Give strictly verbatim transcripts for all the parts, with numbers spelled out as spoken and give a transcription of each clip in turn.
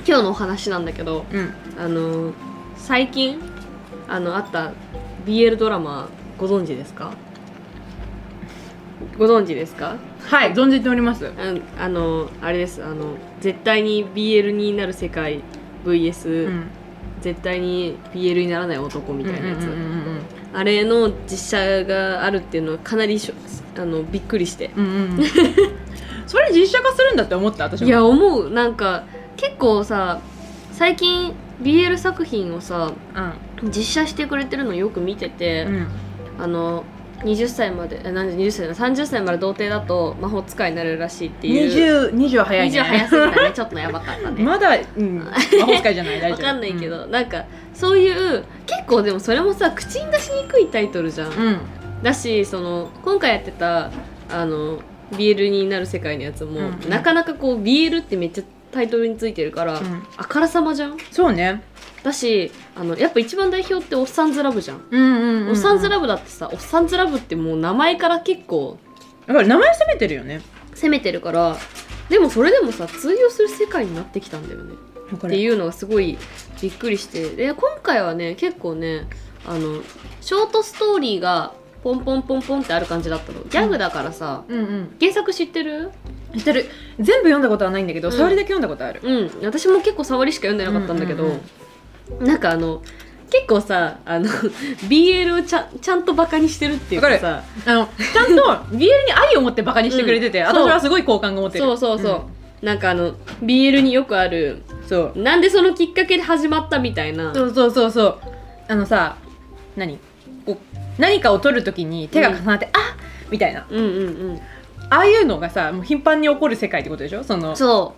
今日のお話なんだけど、 うん、 あの最近あのあった ビーエル ドラマご存知ですか？ご存知ですか？ はい、存じております。 ああのあれです、あの絶対に ビーエル になる世界 ブイエス、うん、絶対に ビーエル にならない男みたいなやつ、あれの実写があるっていうのはかなりしょあのびっくりして、うんうん、 それ実写化するんだって思った私も。 いや思う、なんか結構さ最近 ビーエル 作品をさ、うん、実写してくれてるのよく見てて、うん、あのはたちまで、なんではたちださんじゅっさいまで童貞だと魔法使いになれるらしいっていう。 20, 20は早いね。 にじゅう早すぎたね。ちょっとやばかったね。 まだ、うん、魔法使いじゃない大丈夫。 わかんないけど、うん、なんかそういう結構でもそれもさ口に出しにくいタイトルじゃん、うん、だしその今回やってたあの ビーエル になる世界のやつも、うん、なかなかこう ビーエル ってめっちゃタイトルについてるから、うん、あからさまじゃん。 そうね。 だしあのやっぱ一番代表っておっさんずラブじゃん。おっさんずラブだってさ、おっさんずラブってもう名前から結構だから名前攻めてるよね。 攻めてるから、でもそれでもさ通用する世界になってきたんだよねっていうのがすごいびっくりして、で今回はね結構ねあのショートストーリーがポンポンポンポンってある感じだったの。ギャグだからさ、うんうんうん、原作知ってる？ 知ってる。全部読んだことはないんだけど、うん、触りだけ読んだことある。 うん、私も結構触りしか読んでなかったんだけど、うんうんうん、なんかあの結構さあの ビーエル をちゃちゃんとバカにしてるっていうかさ、 あのちゃんと ビーエル に愛を持ってバカにしてくれてて、うん、私はすごい好感が持ってる。 そうそうそう、うん、なんかあの ビーエル によくある、そうなんでそのきっかけで始まったみたいな。 そうそうそうそう、あのさ何こう何かを取るときに手が重なって、うん、あっみたいな、うんうんうん、ああいうのがさもう頻繁に起こる世界ってことでしょ。そのそう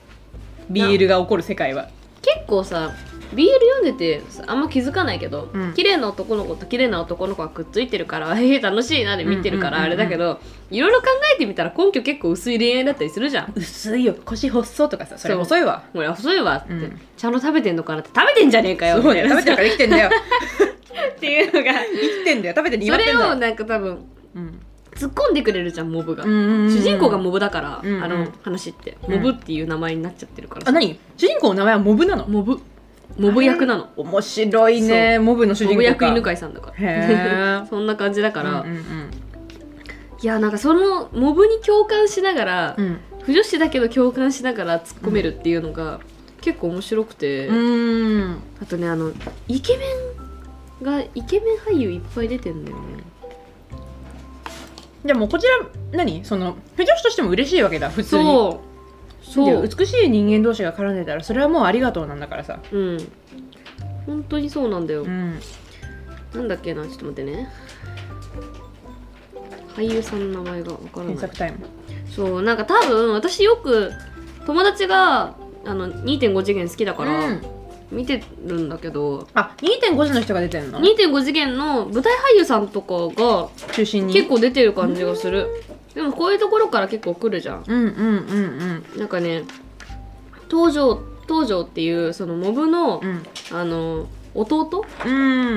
ビーエル が起こる世界は結構さ ビーエル 読んでてあんま気づかないけど、うん、綺麗な男の子と綺麗な男の子がくっついてるからへえ楽しいなで見てるからあれだけど、いろいろ考えてみたら根拠結構薄い恋愛だったりするじゃん。 薄いよ、腰細とかさ、それ細いわ、 これ細いわって、うん、ちゃんと食べてんのかなって食べてんじゃねえかよみたいな、 食べてるから生きてんだよっていうのが生きてんだよ、食べてるに決まってんだよ。 それをなんか多分、うん、突っ込んでくれるじゃんモブが、うんうんうん、主人公がモブだから、うんうん、あの話ってモブっていう名前になっちゃってるからさ、 あ、何主人公の名前はモブなの？ モブモブ役なの。 面白いね。モブの主人公か。モブ役犬飼さんだからそんな感じだから、うんうんうん、いやなんかそのモブに共感しながら、うん、不女子だけど共感しながら突っ込めるっていうのが、うん、結構面白くて、うん、あとねあのイケメンがイケメン俳優いっぱい出てんだよね。 じゃあもうこちら何その不女子としても嬉しいわけだ普通に。そうそう美しい人間同士が絡んでたらそれはもうありがとうなんだからさ。うん本当にそうなんだよ、うん、なんだっけな、ちょっと待ってね、俳優さんの名前がわからない。検索タイム。そうなんか多分私よく友達があの にてんご 次元好きだから、うん見てるんだけど、 あ にてんご 次の人が出てるの？ にてんご 次元の舞台俳優さんとかが中心に結構出てる感じがする、うん、でもこういうところから結構来るじゃん。うんうんうんうん。なんかね東條東條っていうそのモブの、うん、あの弟、うん、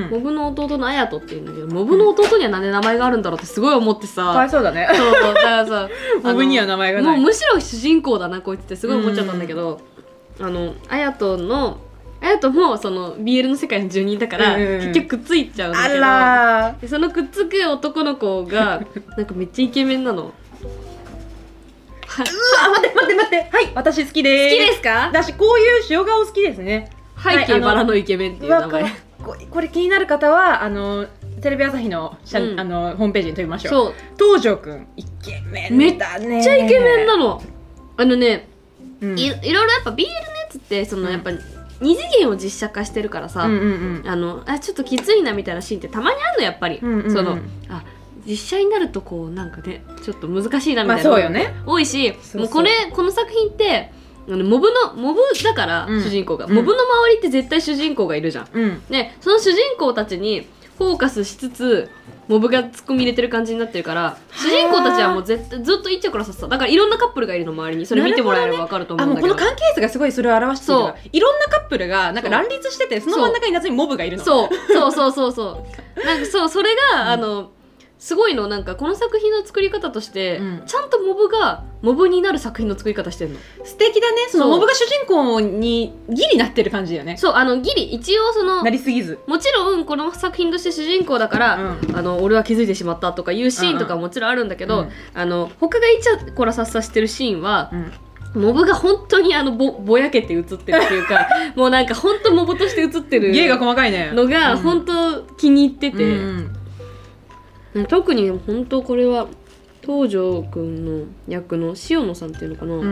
モブの弟の綾人っていうんだけど、モブの弟にはなんで名前があるんだろうってすごい思ってさ、 かわいそうだね。 そうだからさモブには名前がない、 もうむしろ主人公だなこいつってすごい思っちゃったんだけど、あの綾人の綾人もその ビーエル の世界の住人だから、うん、結局くっついちゃうんだけど、あらでそのくっつく男の子がなんかめっちゃイケメンなの。 うわ待って待って待って、はい私好きです。 好きですか？ だしこういう塩顔好きですね。 背景バラのイケメンっていう名前、はい、 こ, これ気になる方はあのテレビ朝日の、うん、あのホームページに飛びましょう。そう東條くんイケメンだね。 めっちゃイケメンなの。あのね、うん、い, いろいろやっぱ ビーエル のやつってその、うん、やっぱ二次元を実写化してるからさ、うんうんうん、あのあちょっときついなみたいなシーンってたまにあるのやっぱり、うんうんうん、そのあ実写になるとこうなんかねちょっと難しいなみたいな、まあそうよね、多いし、そうそうもうこれこの作品ってあのモブのモブだから、うん、主人公が、うん、モブの周りって絶対主人公がいるじゃん、うん、ね、その主人公たちにフォーカスしつつモブがツッコミ入れてる感じになってるから、主人公たちはもう絶対ずっと一着らさせた。だからいろんなカップルがいるの周りに。それ見てもらえれば分かると思うんだけど、 ね、あもうこの関係図がすごいそれを表してるから、いろんなカップルがなんか乱立してて、その真ん中に夏にモブがいるの。 そうそうそうそうそうなんかそうそれが、うん、あのすごいの、なんかこの作品の作り方として、うん、ちゃんとモブがモブになる作品の作り方してるの。 素敵だね。そのモブが主人公にギリなってる感じだよね。 そう、あのギリ一応そのなりすぎず、 もちろんこの作品として主人公だから、うん、あの俺は気づいてしまったとかいうシーンとかもちろんあるんだけど、うんうん、あの他がイチャコラさっさしてるシーンは、うん、モブが本当にあの ぼ, ぼやけて映ってるっていうかもうなんか本当モブとして映ってる芸が細かいねのが本当気に入ってて、うんうん、特に本当これは東條くんの役の塩野さんっていうのかな、うんうんうん、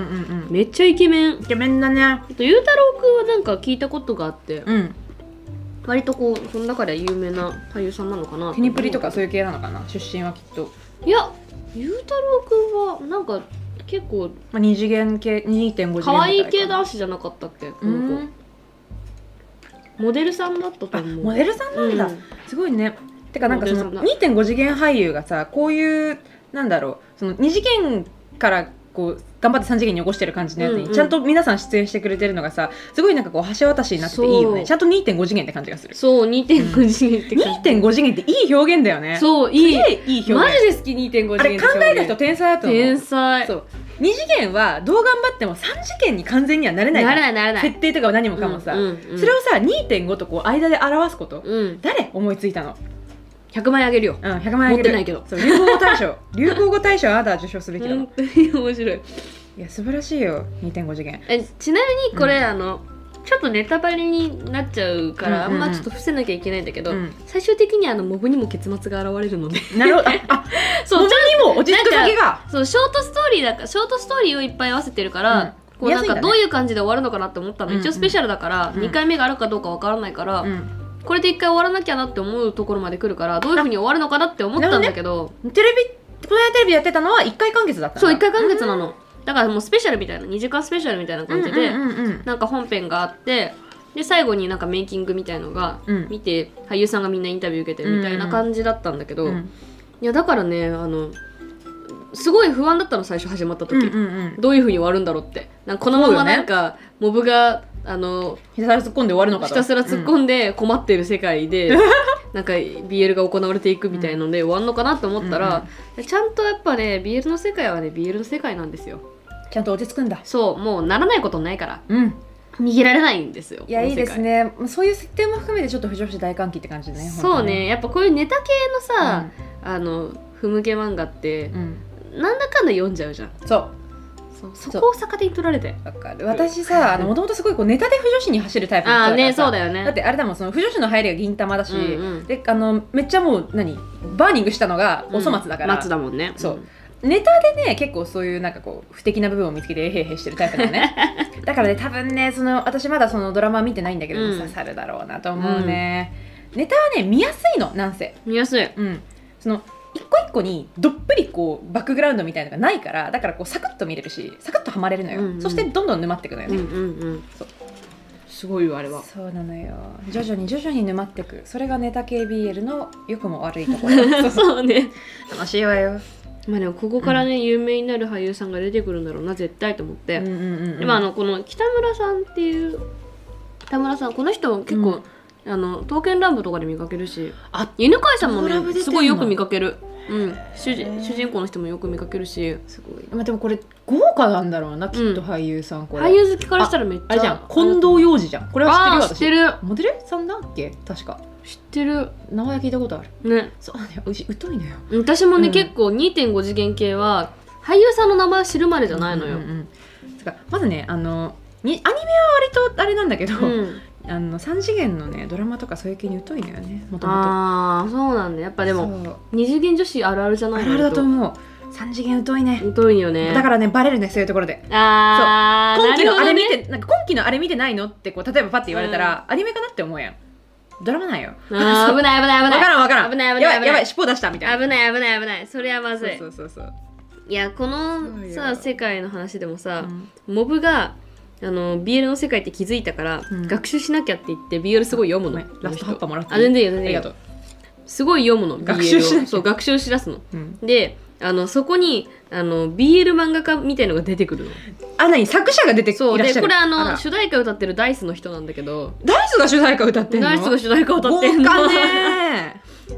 めっちゃイケメンイケメンだね。あとゆうたろうくんはなんか聞いたことがあって、 うん、 割とこうその中では有名な俳優さんなのかな。 テニプリとかそういう系なのかな、出身はきっと。 いやゆうたろうくんはなんか結構、 まあ、二次元系 にてんご 次元可愛い系男子じゃなかったっけ、この子。モデルさんだったと思う。 モデルさんなんだ、うん、すごいね。てかなんかその にてんご 次元俳優がさ、こういうなんだろう、そのに次元からこう頑張ってさん次元に起こしてる感じのやつに、うんうん、ちゃんと皆さん出演してくれてるのがさ、すごいなんかこう橋渡しになってていいよね。ちゃんと にてんご 次元って感じがする。 そう にてんご 次元って感じ、 うん、にてんご 次元っていい表現だよね。 そういい、 いい表現。 マジで好き。 にてんご 次元ってあれ考えた人天才だと思う。 天才。 そうに次元はどう頑張ってもさん次元に完全にはなれない。 なれないなれない。 設定とかは何もかもさ、うんうんうん、それをさ にてんご とこう間で表すこと、うん、誰思いついたの。 ひゃくまん円あげるよ。 うん、ひゃくまん円あげる。 持ってないけど。 そう、流行語大賞流行語大賞あなたは受賞すべきだ。 本当に面白い。 いや素晴らしいよ にてんご 次元。 えちなみにこれ、うん、あのちょっとネタバレになっちゃうから、うんうんうん、あんまちょっと伏せなきゃいけないんだけど、うん、最終的にあのモブにも結末が現れるのでなるほど。あそうモブにも落ち着く先がそうショートストーリーだからショートストーリーをいっぱい合わせてるから、うん、こうなんかどういう感じで終わるのかなって思ったの、うんうん、一応スペシャルだから、うん、にかいめがあるかどうかわからないから、うん、これでいっかい終わらなきゃなって思うところまで来るから、どういう風に終わるのかなって思ったんだけど、 ね、テレビこの間テレビやってたのはいっかい完結だったんだ。 そういっかい完結なの。だからもうスペシャルみたいなにじかんスペシャルみたいな感じで、 うんうんうんうん、 なんか本編があってで最後になんかメイキングみたいのが見て、うん、俳優さんがみんなインタビュー受けてみたいな感じだったんだけど、うんうん、いやだからねあのすごい不安だったの最初始まった時、うんうんうん、どういう風に終わるんだろうって。なんかこのままなんか、ね、モブがあのひたすら突っ込んで終わるのかと。 ひたすら突っ込んで困ってる世界で、うん、なんか ビーエル が行われていくみたいので終わるのかなと思ったら、うんうん、ちゃんとやっぱね ビーエル の世界はね ビーエル の世界なんですよ。 ちゃんと落ち着くんだ。そうもうならないことないから、 うん、 逃げられないんですよ。 いやいいですね。そういう設定も含めてちょっと不女子大歓喜って感じね。 そうねやっぱこういうネタ系のさ、うん、あのふむけ漫画って、うん、なんだかんだ読んじゃうじゃん。 そうそこを逆手に取られて。 わかる。私さもともとすごいこうネタで不女子に走るタイプの人だからさ。あねそうだよね。 だってあれだもんその不女子の入りが銀玉だし、うんうん、であのめっちゃもう何バーニングしたのがおそ松だから、 うん、松だもんね。 そう、うんネタでね結構そういうなんかこう不敵な部分を見つけてえへへしてるタイプだよねだからね多分ねその私まだそのドラマ見てないんだけど、うん、刺さるだろうなと思うね、うん、ネタはね見やすいのなんせ見やすい、 うん、その一個一個にどっぷりこうバックグラウンドみたいなのがないからだからこうサクッと見れるしサクッとハマれるのよ、うんうん、そしてどんどん沼っていくのよね、うんうんうん、そうすごいよあれは。 そうなのよ徐々に徐々に沼っていくそれがネタ系 ビーエル の良くも悪いところそうね楽しいわよ。 まあでもここからね、うん、有名になる俳優さんが出てくるんだろうな絶対と思って、うんうんうんうん、でもあのこの北村さんっていう北村さんこの人結構、うん、あの刀剣乱舞とかで見かけるしあ犬飼さんもねすごいよく見かける、うん、主人主人公の人もよく見かけるしすごい、 まあ、でもこれ豪華なんだろうなきっと俳優さん、うん、これ俳優好きからしたらめっちゃあれじゃん近藤洋二じゃんこれは知ってるよ。 知ってるモデルさんだっけ確か知ってる名前聞いたことあるね。 そうねうち疎いのよ私もね、うん、結構 にてんご 次元系は俳優さんの名前知るまでじゃないのよ、うんうんうん、 まずねあのにアニメは割とあれなんだけど、うん、あのさん次元のねドラマとかそういう系に疎いのよねもともと。 ああそうなんだやっぱでもに次元女子あるあるじゃないの。 あるあるだと思うさん次元疎いね疎いよね。 だからねバレるねそういうところで。 ああ今期のあれ見て、ね、なんか今期のあれ見てないのってこう例えばパッて言われたら、うん、アニメかなって思うやんドラマなんよ。 あ危ない危ない危ない。 わからんわからん。 危ない危ないやばいやばい尻尾出したみたいな。 危ない危ない危ない。それはまずい。 そうそうそうそう。 いやこのさ世界の話でもさ、うん、モブがあの ビーエル の世界って気づいたから、うん、学習しなきゃって言って ビーエル すごい読むの。 ラスト葉っぱもらっていい？ あ全然いいよ全然いいよ。 ありがとう。 すごい読むの。 学習しなきゃ。 そう学習しだすの。うん、であのそこにあの ビーエル 漫画家みたいのが出てくるの。 あ何作者が出てきていらっしゃる。 そうでこれあのあ主題歌歌ってるダイスの人なんだけど。 ダイスが主題歌歌ってんの？ ダイスが主題歌歌ってんの。 豪華ね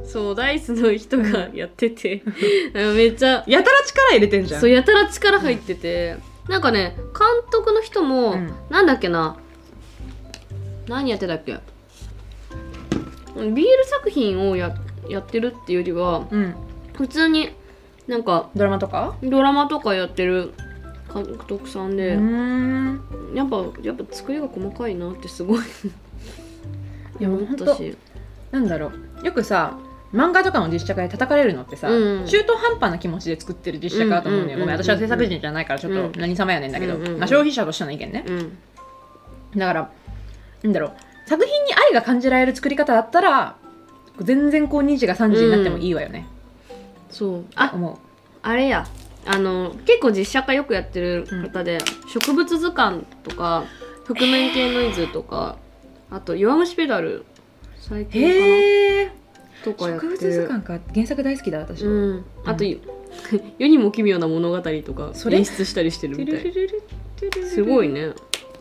そうダイスの人がやっててめっちゃやたら力入れてんじゃん。 そうやたら力入ってて、うん、なんかね監督の人も、うん、なんだっけな何やってたっけ ビーエル 作品を や, やってるっていうよりは、うん、普通になんかドラマとかドラマとかやってる監督さんで、うーんやっぱやっぱ作りが細かいなってすごいいや思ったし、 なんだろうよくさ漫画とかの実写化で叩かれるのってさ、うん、中途半端な気持ちで作ってる実写化だと思うんだよ。ごめん私は制作人じゃないからちょっと何様やねんだけど、うんうんうん、まあ、消費者としての意見ね、うん、だからなんだろう作品に愛が感じられる作り方だったら全然こうにじがさんじになってもいいわよね、 うん、そうあ思うあれやあの結構実写化よくやってる方で、うん、植物図鑑とか覆面系ノイズとか、あと弱虫ペダル最近かなへとかやってる。 植物図鑑か原作大好きだ私、うん、 あと、うん、世にも奇妙な物語とか演出したりしてるみたい。すごいね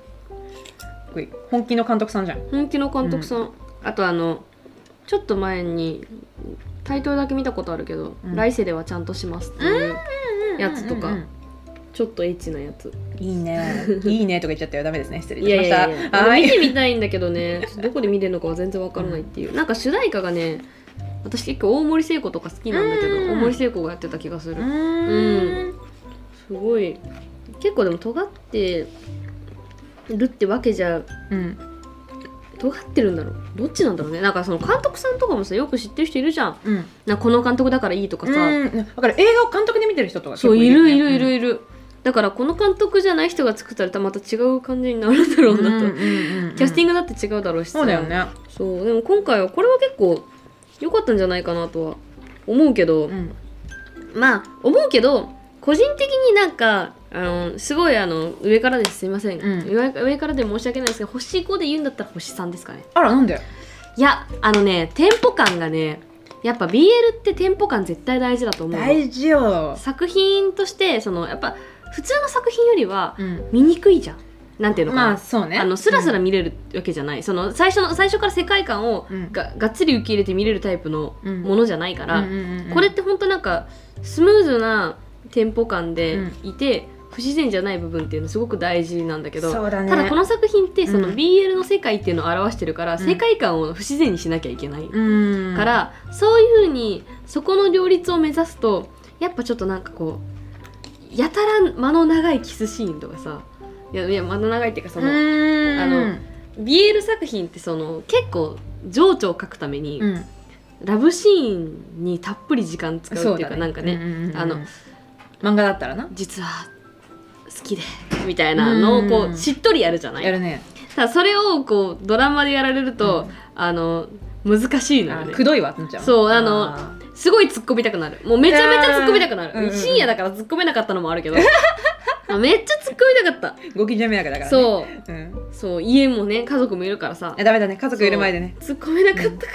本気の監督さんじゃん。 本気の監督さん、うん、あとあのちょっと前にタイトルだけ見たことあるけど、うん、来世ではちゃんとしますっていうやつとか、うんうんうんうん、ちょっとエッチなやついいねいいねとか言っちゃったよダメですね失礼しました。いやいやいや見てみたいんだけどねどこで見れるのかは全然わからないっていう、うん、なんか主題歌がね私結構大森聖子とか好きなんだけど、大森聖子がやってた気がする。うん、うん、すごい結構でも尖ってるってわけじゃ、うん、尖ってるんだろうどっちなんだろうね。なんかその監督さんとかもさよく知ってる人いるじゃん、うん、なんかこの監督だからいいとかさ、 うん、だから映画を監督で見てる人とか結構いる、ね、そういるいるいるいる、うん、だからこの監督じゃない人が作ったらまた違う感じになるんだろうなと、うんうんうんうん、キャスティングだって違うだろうしさ。 そうだよね。 そうでも今回はこれは結構良かったんじゃないかなとは思うけど、うん、まあ思うけど個人的になんかあのすごいあの上からですすいません、うん、上, 上からで申し訳ないですけど星ごで言うんだったら星さんですかね。 あらなんで。 いやあのねテンポ感がねやっぱ ビーエル ってテンポ感絶対大事だと思う。 大事よ。 作品としてそのやっぱ普通の作品よりは見にくいじゃん、うん、なんていうのかな、 まあそうね、 あのスラスラ見れるわけじゃない、うん、その最初の最初から世界観をが、うん、がっつり受け入れて見れるタイプのものじゃないから、うんうんうんうん、これってほんとなんかスムーズなテンポ感でいて、うん不自然じゃない部分っていうのすごく大事なんだけど、 そうだね、 ただこの作品ってその ビーエル の世界っていうのを表してるから、うん、世界観を不自然にしなきゃいけない、うん、からそういう風にそこの両立を目指すとやっぱちょっとなんかこうやたら間の長いキスシーンとかさいやいや間の長いっていうかそのあの ビーエル 作品ってその結構情緒を描くために、うん、ラブシーンにたっぷり時間使うっていうか、ね、なんかね、うんうんうん、あの漫画だったらな実は好きでみたいなのをこうしっとりやるじゃない。 やるね。 ただそれをこうドラマでやられると、うん、あの難しいのよね。 くどいわってなっちゃう。 そうあのあすごい突っ込みたくなる。もうめちゃめちゃ突っ込みたくなる。うんうん、深夜だから突っ込めなかったのもあるけどめっちゃ突っ込みたかった。 ご近所迷惑だからね。 そう、うん、そう家もね家族もいるからさ。 ダメだね家族いる前でね。 突っ込めなかったから。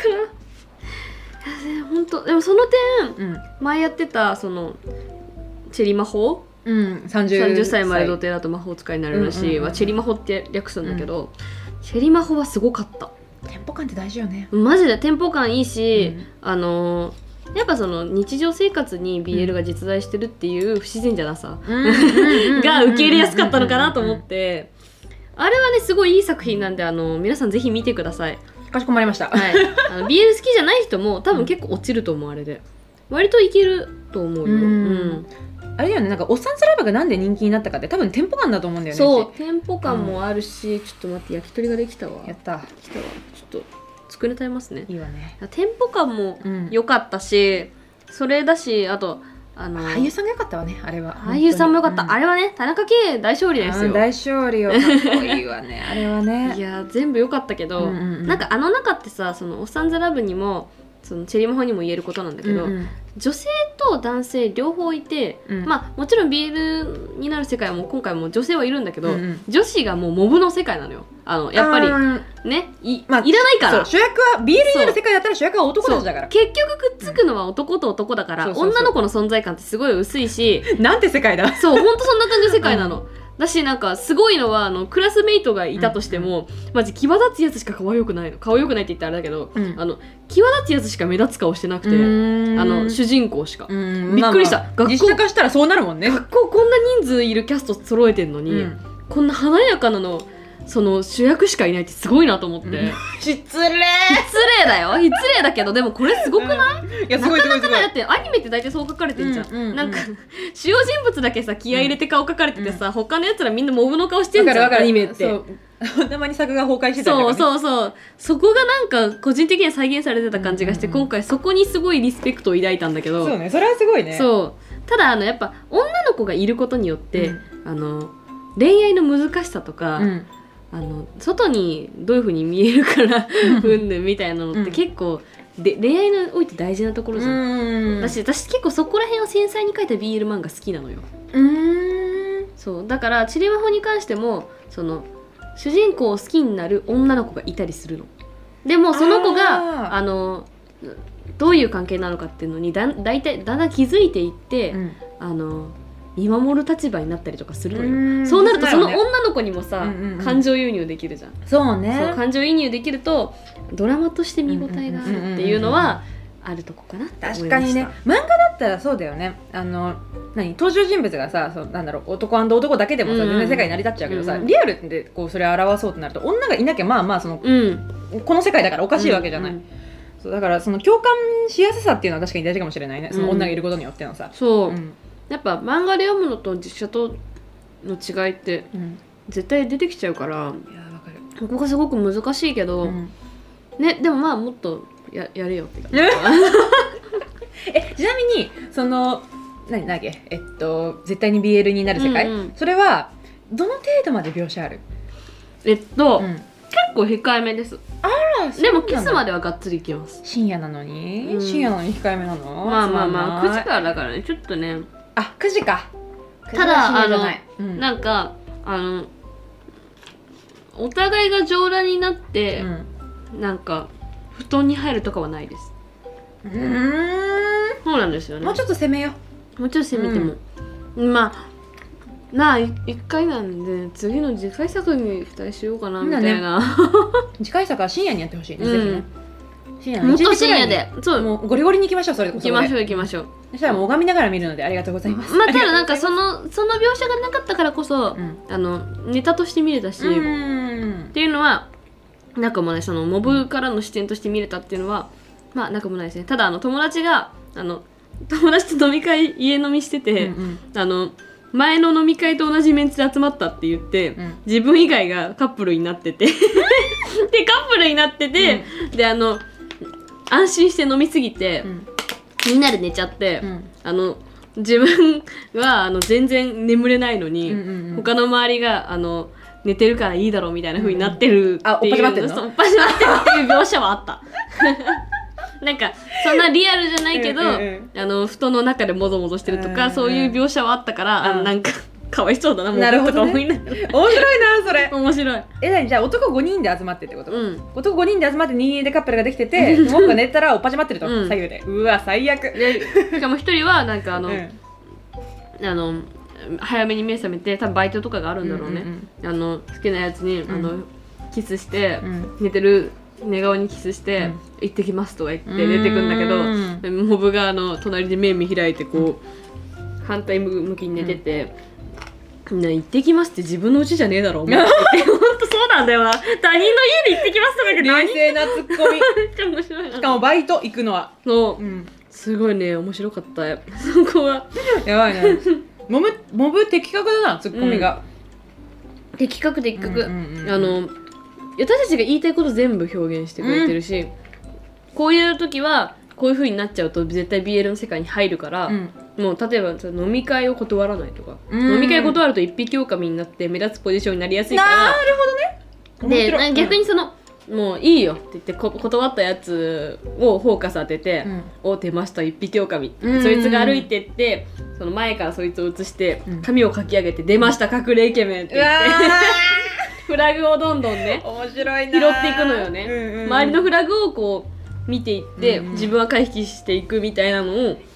うん、いや本当でもその点、うん、前やってたそのチェリ魔法。うん、さんじゅっさいまで童貞だと魔法使いになれるし、うんうんうん、チェリ魔法って略すんだけど、うん、チェリ魔法はすごかった。 テンポ感って大事よね。 マジでテンポ感いいし、うん、あのー、やっぱその日常生活に ビーエル が実在してるっていう不自然じゃなさが受け入れやすかったのかなと思って、あれはねすごいいい作品なんであの皆さんぜひ見てください。 かしこまりました、 はい、あの ビーエル 好きじゃない人も多分結構落ちると思う。あれで割といけると思うよ。うん、うんあれだよね、なんかおっさんずラブがなんで人気になったかって多分テンポ感だと思うんだよね。 そうテンポ感もあるし、うん、ちょっと待って焼き鳥ができたわ。 やった来たわ。ちょっと作れたいますね。 いいわね。 テンポ感も良かったし、うん、それだしあとあの俳優さんが良かったわねあれは。 俳優さんも良かった、うん、あれはね田中圭大勝利ですよ。 大勝利よかっこいいわねあれはね。 いや全部良かったけど、うんうんうん、なんかあの中ってさそのおっさんずラブにもそのチェリー魔法にも言えることなんだけど、うんうん、女性と男性両方いて、うん、まあもちろん ビーエル になる世界はもう今回も女性はいるんだけど、うんうん、女子がもうモブの世界なのよ。あのやっぱりね い,、まあ、いらないから。 そう主役は ビーエル になる世界だったら主役は男たちだから。 結局くっつくのは男と男だから、うん、女の子の存在感ってすごい薄いしなんて世界だ。 そうほんとそんな感じの世界なの、うん、 だしなんかすごいのはあのクラスメイトがいたとしても、うんうん、マジ際立つやつしか顔良くないの顔良くないって言ったらあれだけど、うん、あの際立つやつしか目立つ顔してなくてあの主人公しかびっくりした、まあまあ、 学校実写化したらそうなるもんね。 学校こんな人数いるキャスト揃えてんのに、うん、こんな華やかなのその主役しかいないってすごいなと思って、うん、 失礼失礼だよ失礼だけどでもこれすごくない、 うん、いやすごいすごいすごい。 だってアニメって大体そう書かれてんじゃん、うんうんうん、なんか主要人物だけさ気合い入れて顔書かれててさ、うん、他のやつらみんなモブの顔してんじゃんアニメって。 そうたまに作が崩壊してたりとか、ね、 そうそうそうそこがなんか個人的には再現されてた感じがして、うんうんうん、今回そこにすごいリスペクトを抱いたんだけど。 そうねそれはすごいね。 そうただあのやっぱ女の子がいることによって、うん、あの恋愛の難しさとか、うんあの外にどういう風に見えるからうんぬんみたいなのって結構、うん、で恋愛において大事なところじゃん。私私結構そこら辺を繊細に描いた ビーエル 漫画好きなのよ。うーんそうだからチリマホに関してもその主人公を好きになる女の子がいたりするの。でもその子が あ, あのどういう関係なのかっていうのにだだいたいだんだん気づいていって、うん、あの見守る立場になったりとかするのよ。うそうなるとその女の子にもさ、うんうんうん、感情移入できるじゃん。 そうねそう感情移入できるとドラマとして見応えがあるっていうのはあるとこかなって思いました。 確かにね漫画だったらそうだよね。あの何登場人物がさそうなんだろう男男だけでもさ、うんうん、全然世界に成り立っちゃうけどさ、うんうん、リアルでこうそれを表そうとなると女がいなきゃまあまあその、うん、この世界だからおかしいわけじゃない、うんうん、そうだからその共感しやすさっていうのは確かに大事かもしれないね、その女がいることによってのさ、うん、 そう、うんやっぱ漫画で読むのと実写との違いって絶対出てきちゃうから、うん、いやわかるここがすごく難しいけど、うん、ねでもまあもっと や, やれよって感じえちなみにその何だっけえっと絶対に ビーエル になる世界、うんうん、それはどの程度まで描写ある？ えっと、うん、結構控えめです。あらでもキスまではがっつりいきます。 深夜なのに、うん、深夜なのに控えめなの？ まあまあまあくじからだからねちょっとねあ、くじか。 ただあの、うん、なんかあのお互いが上裸になって、うん、なんか布団に入るとかはないです。うーんそうなんですよね。 もうちょっと攻めよう。もうちょっと攻めても、うん、まあまあいっかいなんで次の次回作に期待しようかなみたいな、ね、 次回作は深夜にやってほしいね、うん、ぜひね深夜のもっと深夜でそうもうゴリゴリに行きましょう。それで行きましょう行きましょう。 そしたらもう拝みながら見るのでありがとうございます。 まあただなんかそのその描写がなかったからこそ、うん、あのネタとして見れたしっていうのはなんかもねそのモブからの視点として見れたっていうのはまあなんかもないですね。ただあの友達があの友達と飲み会家飲みしてて、うんうん、あの前の飲み会と同じメンツで集まったって言って、うん、自分以外がカップルになっててでカップルになってて、うん、であの安心して飲みすぎて、うん、みんなで寝ちゃって、うん、あの自分はあの全然眠れないのに、うんうんうん、他の周りがあの寝てるからいいだろうみたいな風になってるっていう、うん、あおっぱしまってるの？おっぱしまってるっていう描写はあったなんかそんなリアルじゃないけどうんうん、うん、あの布団の中でもぞもぞしてるとか、うんうん、そういう描写はあったから、うん、あなんかかわいそうだなもうなるほど、ね、とか思いながら面白いなそれ面白い。 え何じゃあ男ごにんで集まってってこと？うん、男ごにんで集まってににんでカップルができてて僕が寝たらおっぱじまってると、うん、左右でうわ最悪でしかも一人はなんかあの、うん、あの早めに目覚めて多分バイトとかがあるんだろうね、うんうんうん、あの好きなやつに、うん、あのキスして、うん、寝てる寝顔にキスして、うん、行ってきますとか言って出てくんだけどモブがあの隣で目見開いてこう、うん、反対向きに寝てて、うん、行ってきますって自分の家じゃねえだろお前って本当そうなんだよな他人の家で行ってきますとか言って冷静なツッコミ面白いな。しかもバイト行くのはそう、うん、すごいね面白かったよそこはやばいねモブモブ的確だなツッコミが、 うん、的確的確、うんうんうん、あの私たちが言いたいこと全部表現してくれてるし、うん、こういう時はこういう風になっちゃうと絶対 ビーエル の世界に入るから、うん、もう例えば飲み会を断らないとか、うん、飲み会断ると一匹狼になって目立つポジションになりやすいからなるほどねで逆にその、うん、もういいよって言ってこ断ったやつをフォーカス当てて、うん、お出ました一匹狼って、うん、そいつが歩いてってその前からそいつを映して髪をかき上げて、うん、出ました隠れイケメンって言ってフラグをどんどんね面白いな拾っていくのよね、うんうん、周りのフラグをこう見ていって、うんうん、自分は回避していくみたいなのを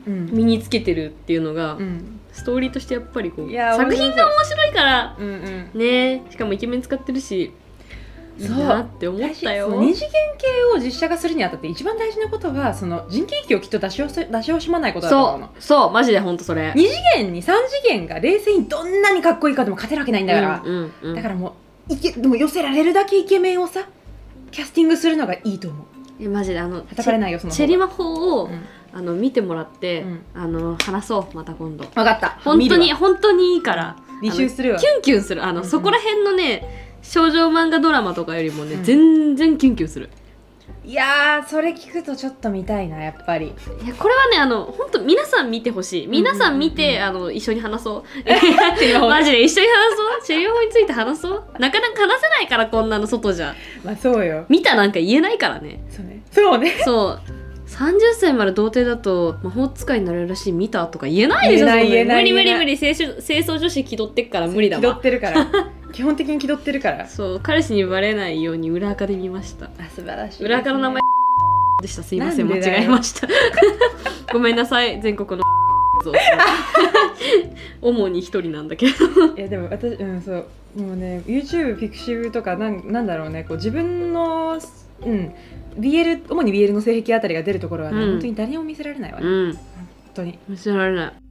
身につけてるっていうのが、うん、ストーリーとしてやっぱりこう作品が面白いから、うんうん、ね、しかもイケメン使ってるしいいなって思ったよ。 二次元系を実写化するにあたって一番大事なことはその人件費をきっと出し惜し出し惜しまないことだと思うの。 そうそうマジで本当それ。 二次元に三次元が冷静にどんなにかっこいいかでも勝てるわけないんだから、うんうんうん、だからもういけでも寄せられるだけイケメンをさキャスティングするのがいいと思う。 えマジであの叩かれないよそのチェリマホを、うん、あの見てもらって、うん、あの話そうまた今度。 分かった。 本当に本当にいいから履修するわ。 キュンキュンするあの、うんうん、そこら辺のね少女漫画ドラマとかよりもね、うん、全然キュンキュンする。 いやーそれ聞くとちょっと見たいなやっぱり。 いやこれはねあの本当皆さん見てほしい。皆さん見て、うんうんうん、あの一緒に話そうマジで一緒に話そう。チェリマホについて話そう。なかなか話せないからこんなの外じゃ。 まあそうよ。 見たなんか言えないからね。 そうねそうねそうさんじゅっさいまで童貞だと魔法使いになれるらしい見たとか言えないでしょ。言えない無理無理無理清掃女子気取ってっから無理だわ。 気取ってるから基本的に気取ってるから。 そう彼氏にバレないように裏垢で見ました。 あ素晴らしい、ね、 裏垢の名前でした。すいません間違えましたごめんなさい全国の主に一人なんだけどいやでも私うんそうもうね YouTube ピクシブとかなんなんだろうねこう自分のうん ビーエル 主に ビーエル の性癖あたりが出るところはね、うん、本当に誰にも見せられないわね、うん、本当に見せられない。